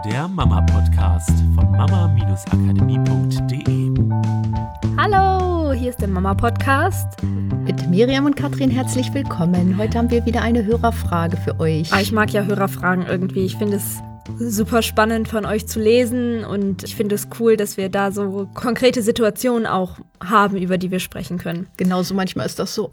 der Mama-Podcast von mama-akademie.de. Hallo, hier ist der Mama-Podcast. Mit Miriam und Katrin herzlich willkommen. Heute haben wir wieder eine Hörerfrage für euch. Ich mag ja Hörerfragen irgendwie. Ich finde es super spannend von euch zu lesen und ich finde es cool, dass wir da so konkrete Situationen auch haben, über die wir sprechen können. Genauso manchmal ist das so,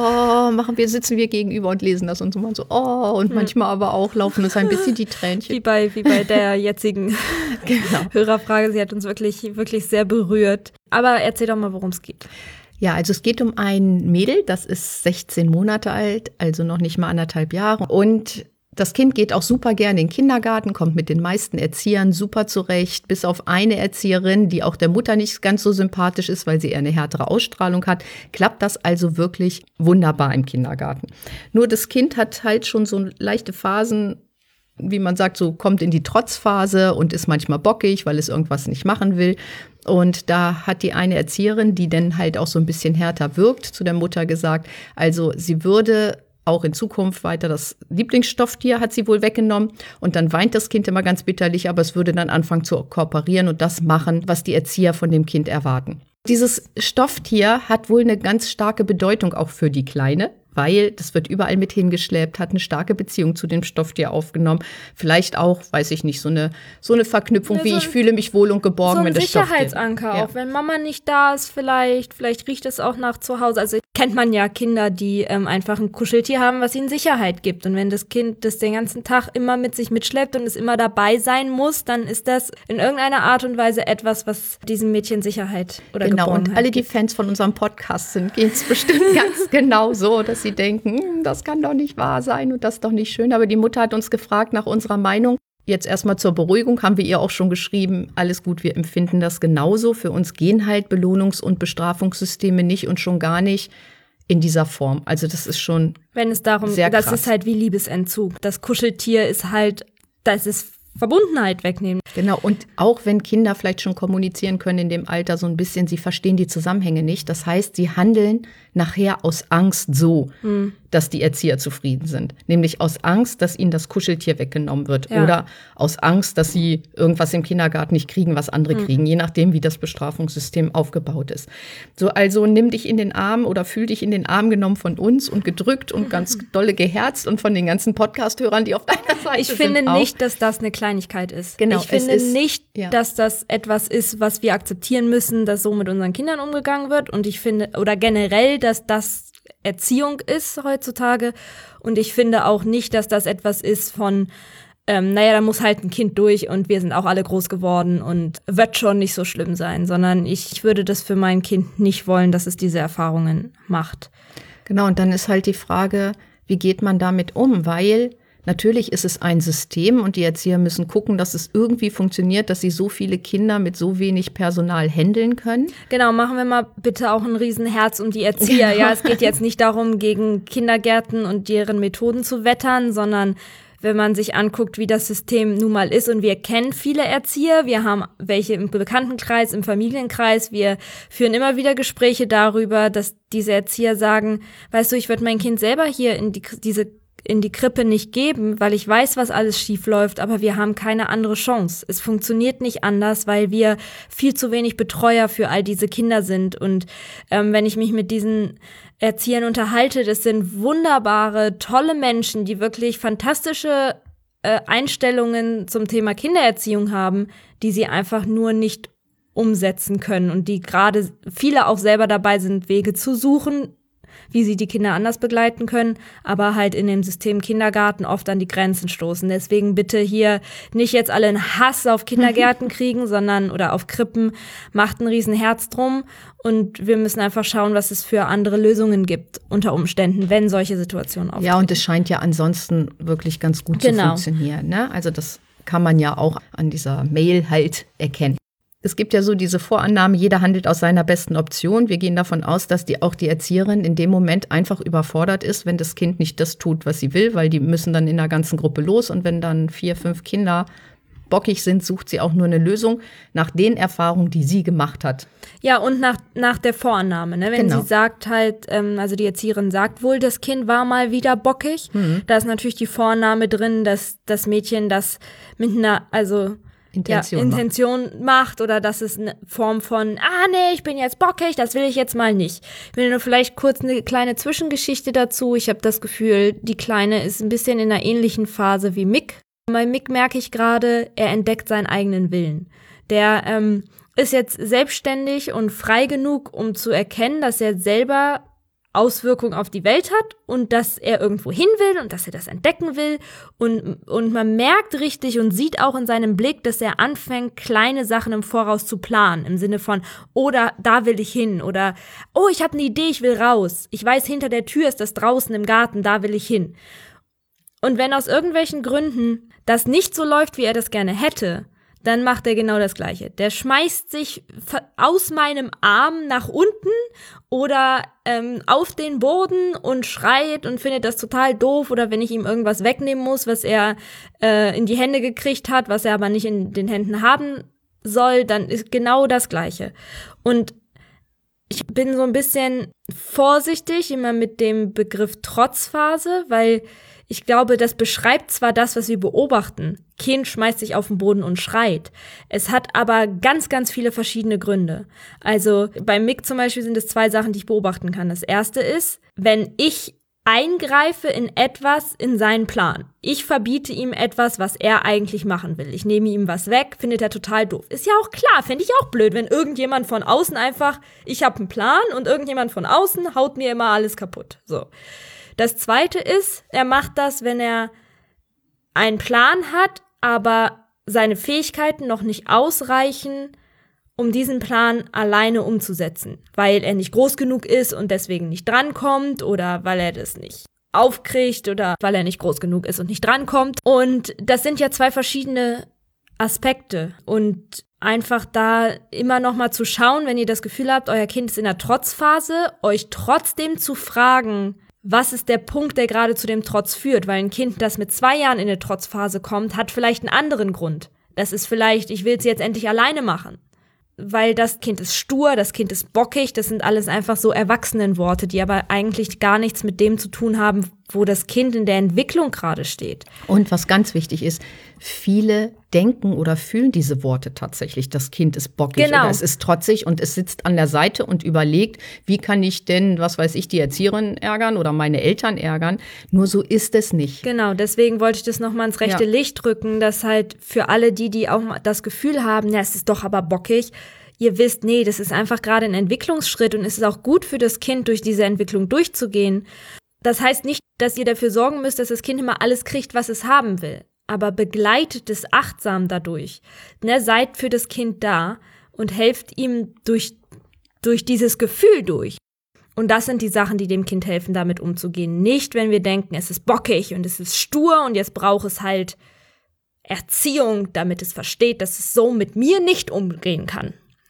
sitzen wir gegenüber und lesen das und so mal so, und manchmal aber auch laufen uns ein bisschen die Tränchen. Wie bei der jetzigen Hörerfrage. Sie hat uns wirklich, wirklich sehr berührt. Aber erzähl doch mal, worum es geht. Ja, also es geht um ein Mädel, das ist 16 Monate alt, also noch nicht mal 1,5 Jahre. Und das Kind geht auch super gerne in den Kindergarten, kommt mit den meisten Erziehern super zurecht, bis auf eine Erzieherin, die auch der Mutter nicht ganz so sympathisch ist, weil sie eher eine härtere Ausstrahlung hat, klappt das also wirklich wunderbar im Kindergarten. Nur das Kind hat halt schon so leichte Phasen, wie man sagt, so kommt in die Trotzphase und ist manchmal bockig, weil es irgendwas nicht machen will. Und da hat die eine Erzieherin, die dann halt auch so ein bisschen härter wirkt, zu der Mutter gesagt, also sie würde auch in Zukunft weiter das Lieblingsstofftier hat sie wohl weggenommen. Und dann weint das Kind immer ganz bitterlich, aber es würde dann anfangen zu kooperieren und das machen, was die Erzieher von dem Kind erwarten. Dieses Stofftier hat wohl eine ganz starke Bedeutung auch für die Kleine, weil das wird überall mit hingeschleppt, hat eine starke Beziehung zu dem Stofftier aufgenommen. Vielleicht auch, weiß ich nicht, so eine Verknüpfung, wie ich fühle mich wohl und geborgen, wenn das Stofftier. So ein Sicherheitsanker auch, wenn Mama nicht da ist, vielleicht riecht es auch nach zu Hause. Also kennt man ja Kinder, die einfach ein Kuscheltier haben, was ihnen Sicherheit gibt. Und wenn das Kind das den ganzen Tag immer mit sich mitschleppt und es immer dabei sein muss, dann ist das in irgendeiner Art und Weise etwas, was diesem Mädchen Sicherheit oder Geborgenheit und alle, die gibt. Fans von unserem Podcast sind, geht es bestimmt ganz genau so, dass sie denken, das kann doch nicht wahr sein und das ist doch nicht schön. Aber die Mutter hat uns gefragt nach unserer Meinung. Jetzt erstmal zur Beruhigung haben wir ihr auch schon geschrieben, alles gut, wir empfinden das genauso. Für uns gehen halt Belohnungs- und Bestrafungssysteme nicht und schon gar nicht in dieser Form. Also das ist schon wenn es darum, sehr krass. Das ist halt wie Liebesentzug. Das Kuscheltier ist halt, das ist Verbundenheit wegnehmen. Genau, und auch wenn Kinder vielleicht schon kommunizieren können in dem Alter so ein bisschen, sie verstehen die Zusammenhänge nicht. Das heißt, sie handeln nachher aus Angst so, dass die Erzieher zufrieden sind. Nämlich aus Angst, dass ihnen das Kuscheltier weggenommen wird. Ja. Oder aus Angst, dass sie irgendwas im Kindergarten nicht kriegen, was andere kriegen. Je nachdem, wie das Bestrafungssystem aufgebaut ist. So, also nimm dich in den Arm oder fühl dich in den Arm genommen von uns und gedrückt und ganz dolle geherzt und von den ganzen Podcast-Hörern, die auf deiner Seite Ich sind. finde nicht, dass das eine Kleinigkeit ist. Genau, ich finde nicht, dass das etwas ist, was wir akzeptieren müssen, dass so mit unseren Kindern umgegangen wird. Und ich finde, oder generell, dass das Erziehung ist heutzutage. Und ich finde auch nicht, dass das etwas ist von, da muss halt ein Kind durch und wir sind auch alle groß geworden und wird schon nicht so schlimm sein. Sondern ich würde das für mein Kind nicht wollen, dass es diese Erfahrungen macht. Genau, und dann ist halt die Frage, wie geht man damit um? Weil natürlich ist es ein System und die Erzieher müssen gucken, dass es irgendwie funktioniert, dass sie so viele Kinder mit so wenig Personal handeln können. Genau, machen wir mal bitte auch ein Riesenherz um die Erzieher. Genau. Ja, es geht jetzt nicht darum, gegen Kindergärten und deren Methoden zu wettern, sondern wenn man sich anguckt, wie das System nun mal ist. Und wir kennen viele Erzieher, wir haben welche im Bekanntenkreis, im Familienkreis. Wir führen immer wieder Gespräche darüber, dass diese Erzieher sagen, weißt du, ich würde mein Kind selber hier in die Krippe nicht geben, weil ich weiß, was alles schief läuft, aber wir haben keine andere Chance. Es funktioniert nicht anders, weil wir viel zu wenig Betreuer für all diese Kinder sind. Und wenn ich mich mit diesen Erziehern unterhalte, das sind wunderbare, tolle Menschen, die wirklich fantastische Einstellungen zum Thema Kindererziehung haben, die sie einfach nur nicht umsetzen können und die gerade viele auch selber dabei sind, Wege zu suchen, wie sie die Kinder anders begleiten können, aber halt in dem System Kindergarten oft an die Grenzen stoßen. Deswegen bitte hier nicht jetzt alle einen Hass auf Kindergärten kriegen, oder auf Krippen. Macht ein Riesenherz drum und wir müssen einfach schauen, was es für andere Lösungen gibt unter Umständen, wenn solche Situationen auftreten. Ja, und es scheint ja ansonsten wirklich ganz gut zu funktionieren, ne? Also das kann man ja auch an dieser Mail halt erkennen. Es gibt ja so diese Vorannahme, jeder handelt aus seiner besten Option. Wir gehen davon aus, dass auch die Erzieherin in dem Moment einfach überfordert ist, wenn das Kind nicht das tut, was sie will, weil die müssen dann in der ganzen Gruppe los. Und wenn dann 4, 5 Kinder bockig sind, sucht sie auch nur eine Lösung nach den Erfahrungen, die sie gemacht hat. Ja, und nach der Vorannahme, ne? Wenn Genau. sie sagt halt, also die Erzieherin sagt wohl, das Kind war mal wieder bockig. Da ist natürlich die Vorannahme drin, dass das Mädchen das mit einer, Intention macht oder dass es eine Form von, nee, ich bin jetzt bockig, das will ich jetzt mal nicht. Ich will nur vielleicht kurz eine kleine Zwischengeschichte dazu. Ich habe das Gefühl, die Kleine ist ein bisschen in einer ähnlichen Phase wie Mick. Bei Mick merke ich gerade, er entdeckt seinen eigenen Willen. Der ist jetzt selbstständig und frei genug, um zu erkennen, dass er selber Auswirkungen auf die Welt hat und dass er irgendwo hin will und dass er das entdecken will. Und man merkt richtig und sieht auch in seinem Blick, dass er anfängt, kleine Sachen im Voraus zu planen. Im Sinne von, oder da will ich hin. Oder, oh, ich habe eine Idee, ich will raus. Ich weiß, hinter der Tür ist das draußen im Garten, da will ich hin. Und wenn aus irgendwelchen Gründen das nicht so läuft, wie er das gerne hätte, dann macht er genau das Gleiche. Der schmeißt sich aus meinem Arm nach unten oder auf den Boden und schreit und findet das total doof. Oder wenn ich ihm irgendwas wegnehmen muss, was er in die Hände gekriegt hat, was er aber nicht in den Händen haben soll, dann ist genau das Gleiche. Und ich bin so ein bisschen vorsichtig immer mit dem Begriff Trotzphase, weil ich glaube, das beschreibt zwar das, was wir beobachten. Kind schmeißt sich auf den Boden und schreit. Es hat aber ganz, ganz viele verschiedene Gründe. Also bei Mick zum Beispiel sind es 2 Sachen, die ich beobachten kann. Das erste ist, wenn ich eingreife in etwas, in seinen Plan. Ich verbiete ihm etwas, was er eigentlich machen will. Ich nehme ihm was weg, findet er total doof. Ist ja auch klar, fände ich auch blöd, wenn irgendjemand von außen einfach, ich habe einen Plan und irgendjemand von außen haut mir immer alles kaputt. So. Das Zweite ist, er macht das, wenn er einen Plan hat, aber seine Fähigkeiten noch nicht ausreichen, um diesen Plan alleine umzusetzen. Weil er nicht groß genug ist und deswegen nicht drankommt oder weil er das nicht aufkriegt oder weil er nicht groß genug ist und nicht drankommt. Und das sind ja 2 verschiedene Aspekte. Und einfach da immer noch mal zu schauen, wenn ihr das Gefühl habt, euer Kind ist in der Trotzphase, euch trotzdem zu fragen, was ist der Punkt, der gerade zu dem Trotz führt? Weil ein Kind, das mit 2 Jahren in eine Trotzphase kommt, hat vielleicht einen anderen Grund. Das ist vielleicht, ich will es jetzt endlich alleine machen. Weil das Kind ist stur, das Kind ist bockig, das sind alles einfach so Erwachsenenworte, die aber eigentlich gar nichts mit dem zu tun haben, wo das Kind in der Entwicklung gerade steht. Und was ganz wichtig ist, viele denken oder fühlen diese Worte tatsächlich. Das Kind ist bockig oder es ist trotzig und es sitzt an der Seite und überlegt, wie kann ich denn, was weiß ich, die Erzieherin ärgern oder meine Eltern ärgern. Nur so ist es nicht. Genau, deswegen wollte ich das nochmal ins rechte Licht rücken, dass halt für alle die auch das Gefühl haben, ja, es ist doch aber bockig, ihr wisst, nee, das ist einfach gerade ein Entwicklungsschritt und es ist auch gut für das Kind, durch diese Entwicklung durchzugehen. Das heißt nicht, dass ihr dafür sorgen müsst, dass das Kind immer alles kriegt, was es haben will. Aber begleitet es achtsam dadurch. Ne, seid für das Kind da und helft ihm durch dieses Gefühl durch. Und das sind die Sachen, die dem Kind helfen, damit umzugehen. Nicht, wenn wir denken, es ist bockig und es ist stur und jetzt braucht es halt Erziehung, damit es versteht, dass es so mit mir nicht umgehen kann.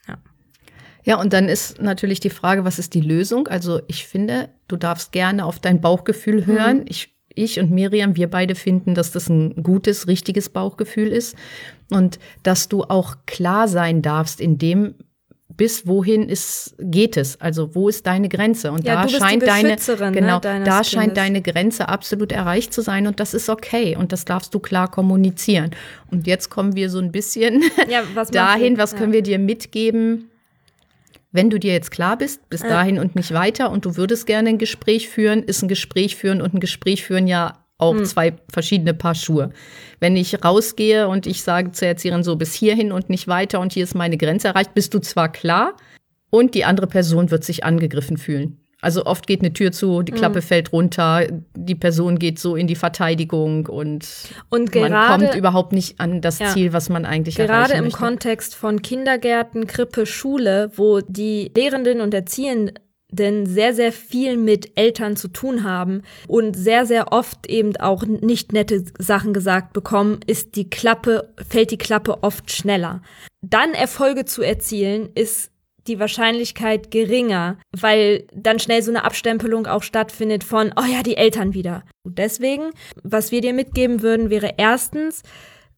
Ja, und dann ist natürlich die Frage, was ist die Lösung? Also ich finde, du darfst gerne auf dein Bauchgefühl hören. Ich und Miriam, wir beide finden, dass das ein gutes, richtiges Bauchgefühl ist und dass du auch klar sein darfst in dem, bis wohin geht es? Also wo ist deine Grenze? Und ja, da scheint da scheint deine Grenze absolut erreicht zu sein und das ist okay und das darfst du klar kommunizieren. Und jetzt kommen wir so ein bisschen dahin, was können wir dir mitgeben? Wenn du dir jetzt klar bist, bis dahin und nicht weiter und du würdest gerne ein Gespräch führen, ist ein Gespräch führen und ein Gespräch führen ja auch 2 verschiedene Paar Schuhe. Wenn ich rausgehe und ich sage zur Erzieherin so bis hierhin und nicht weiter und hier ist meine Grenze erreicht, bist du zwar klar und die andere Person wird sich angegriffen fühlen. Also oft geht eine Tür zu, die Klappe fällt runter, die Person geht so in die Verteidigung und man kommt überhaupt nicht an das Ziel, was man eigentlich erreichen möchte. Gerade im Kontext von Kindergärten, Krippe, Schule, wo die Lehrenden und Erziehenden sehr, sehr viel mit Eltern zu tun haben und sehr, sehr oft eben auch nicht nette Sachen gesagt bekommen, fällt die Klappe oft schneller. Dann Erfolge zu erzielen, ist die Wahrscheinlichkeit geringer, weil dann schnell so eine Abstempelung auch stattfindet von, oh ja, die Eltern wieder. Und deswegen, was wir dir mitgeben würden, wäre erstens,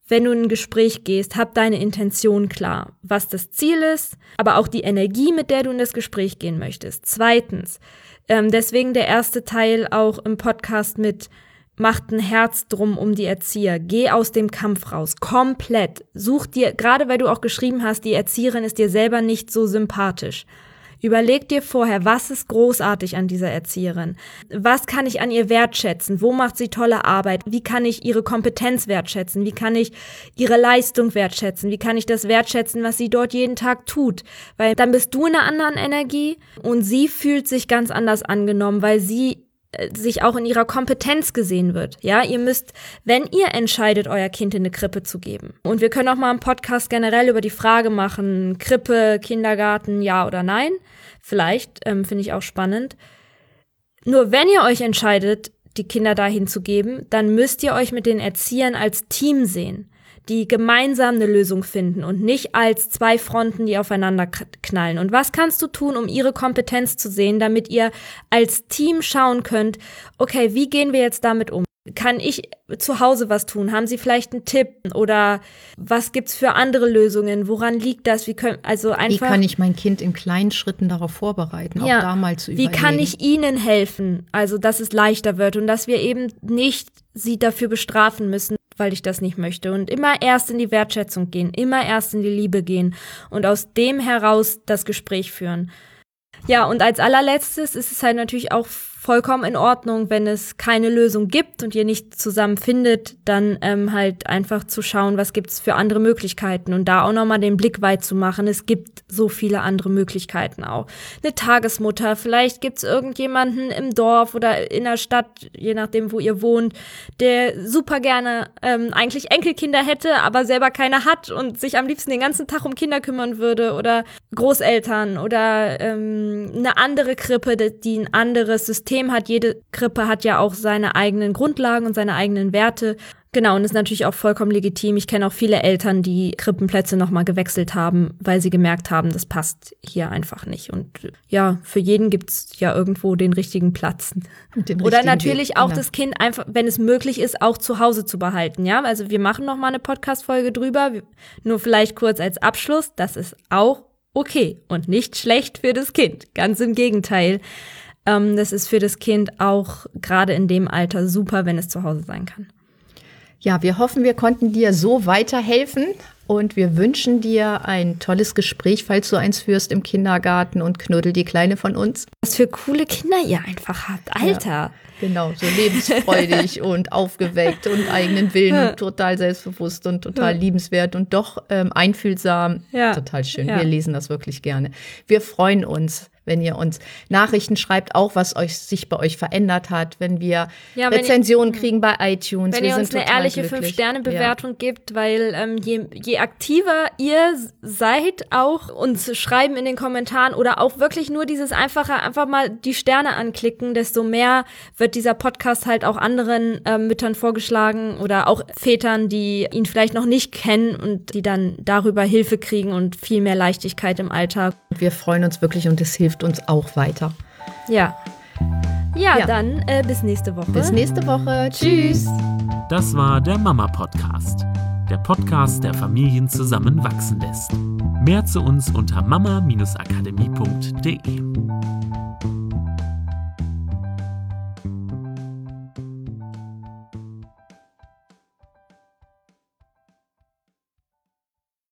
wenn du in ein Gespräch gehst, hab deine Intention klar, was das Ziel ist, aber auch die Energie, mit der du in das Gespräch gehen möchtest. Zweitens, deswegen der erste Teil auch im Podcast mit macht ein Herz drum um die Erzieher. Geh aus dem Kampf raus, komplett. Such dir, gerade weil du auch geschrieben hast, die Erzieherin ist dir selber nicht so sympathisch. Überleg dir vorher, was ist großartig an dieser Erzieherin? Was kann ich an ihr wertschätzen? Wo macht sie tolle Arbeit? Wie kann ich ihre Kompetenz wertschätzen? Wie kann ich ihre Leistung wertschätzen? Wie kann ich das wertschätzen, was sie dort jeden Tag tut? Weil dann bist du in einer anderen Energie und sie fühlt sich ganz anders angenommen, weil sie sich auch in ihrer Kompetenz gesehen wird. Ja, ihr müsst, wenn ihr entscheidet, euer Kind in eine Krippe zu geben. Und wir können auch mal einen Podcast generell über die Frage machen, Krippe, Kindergarten, ja oder nein. Vielleicht, finde ich auch spannend. Nur wenn ihr euch entscheidet, die Kinder dahin zu geben, dann müsst ihr euch mit den Erziehern als Team sehen, die gemeinsam eine Lösung finden und nicht als zwei Fronten, die aufeinander knallen. Und was kannst du tun, um ihre Kompetenz zu sehen, damit ihr als Team schauen könnt, okay, wie gehen wir jetzt damit um? Kann ich zu Hause was tun? Haben Sie vielleicht einen Tipp? Oder was gibt's für andere Lösungen? Woran liegt das? Wie kann ich mein Kind in kleinen Schritten darauf vorbereiten, auch da mal zu überlegen? Wie kann ich Ihnen helfen? Also, dass es leichter wird und dass wir eben nicht Sie dafür bestrafen müssen, weil ich das nicht möchte. Und immer erst in die Wertschätzung gehen, immer erst in die Liebe gehen und aus dem heraus das Gespräch führen. Ja, und als allerletztes ist es halt natürlich auch vollkommen in Ordnung, wenn es keine Lösung gibt und ihr nicht zusammen findet, dann halt einfach zu schauen, was gibt's für andere Möglichkeiten und da auch nochmal den Blick weit zu machen. Es gibt so viele andere Möglichkeiten auch. Eine Tagesmutter, vielleicht gibt's irgendjemanden im Dorf oder in der Stadt, je nachdem, wo ihr wohnt, der super gerne eigentlich Enkelkinder hätte, aber selber keine hat und sich am liebsten den ganzen Tag um Kinder kümmern würde oder Großeltern oder eine andere Krippe, die ein anderes System hat. Jede Krippe hat ja auch seine eigenen Grundlagen und seine eigenen Werte. Genau, und ist natürlich auch vollkommen legitim. Ich kenne auch viele Eltern, die Krippenplätze nochmal gewechselt haben, weil sie gemerkt haben, das passt hier einfach nicht. Und ja, für jeden gibt's ja irgendwo den richtigen Platz. Oder natürlich Weg, auch das Kind einfach, wenn es möglich ist, auch zu Hause zu behalten. Ja, also wir machen nochmal eine Podcast-Folge drüber. Nur vielleicht kurz als Abschluss. Das ist auch okay und nicht schlecht für das Kind. Ganz im Gegenteil. Das ist für das Kind auch gerade in dem Alter super, wenn es zu Hause sein kann. Ja, wir hoffen, wir konnten dir so weiterhelfen und wir wünschen dir ein tolles Gespräch, falls du eins führst im Kindergarten und knuddel die Kleine von uns. Was für coole Kinder ihr einfach habt, Alter. Ja, genau, so lebensfreudig und aufgeweckt und eigenen Willen und total selbstbewusst und total liebenswert und doch einfühlsam. Ja. Total schön, wir lesen das wirklich gerne. Wir freuen uns, wenn ihr uns Nachrichten schreibt, auch was sich bei euch verändert hat, wenn wir Rezensionen kriegen bei iTunes. Wenn ihr uns eine ehrliche 5-Sterne-Bewertung gibt, weil je aktiver ihr seid, auch uns schreiben in den Kommentaren oder auch wirklich nur dieses einfach mal die Sterne anklicken, desto mehr wird dieser Podcast halt auch anderen Müttern vorgeschlagen oder auch Vätern, die ihn vielleicht noch nicht kennen und die dann darüber Hilfe kriegen und viel mehr Leichtigkeit im Alltag. Wir freuen uns wirklich und es hilft uns auch weiter. Ja, dann bis nächste Woche. Bis nächste Woche. Tschüss. Das war der Mama-Podcast. Der Podcast, der Familien zusammenwachsen lässt. Mehr zu uns unter mama-akademie.de.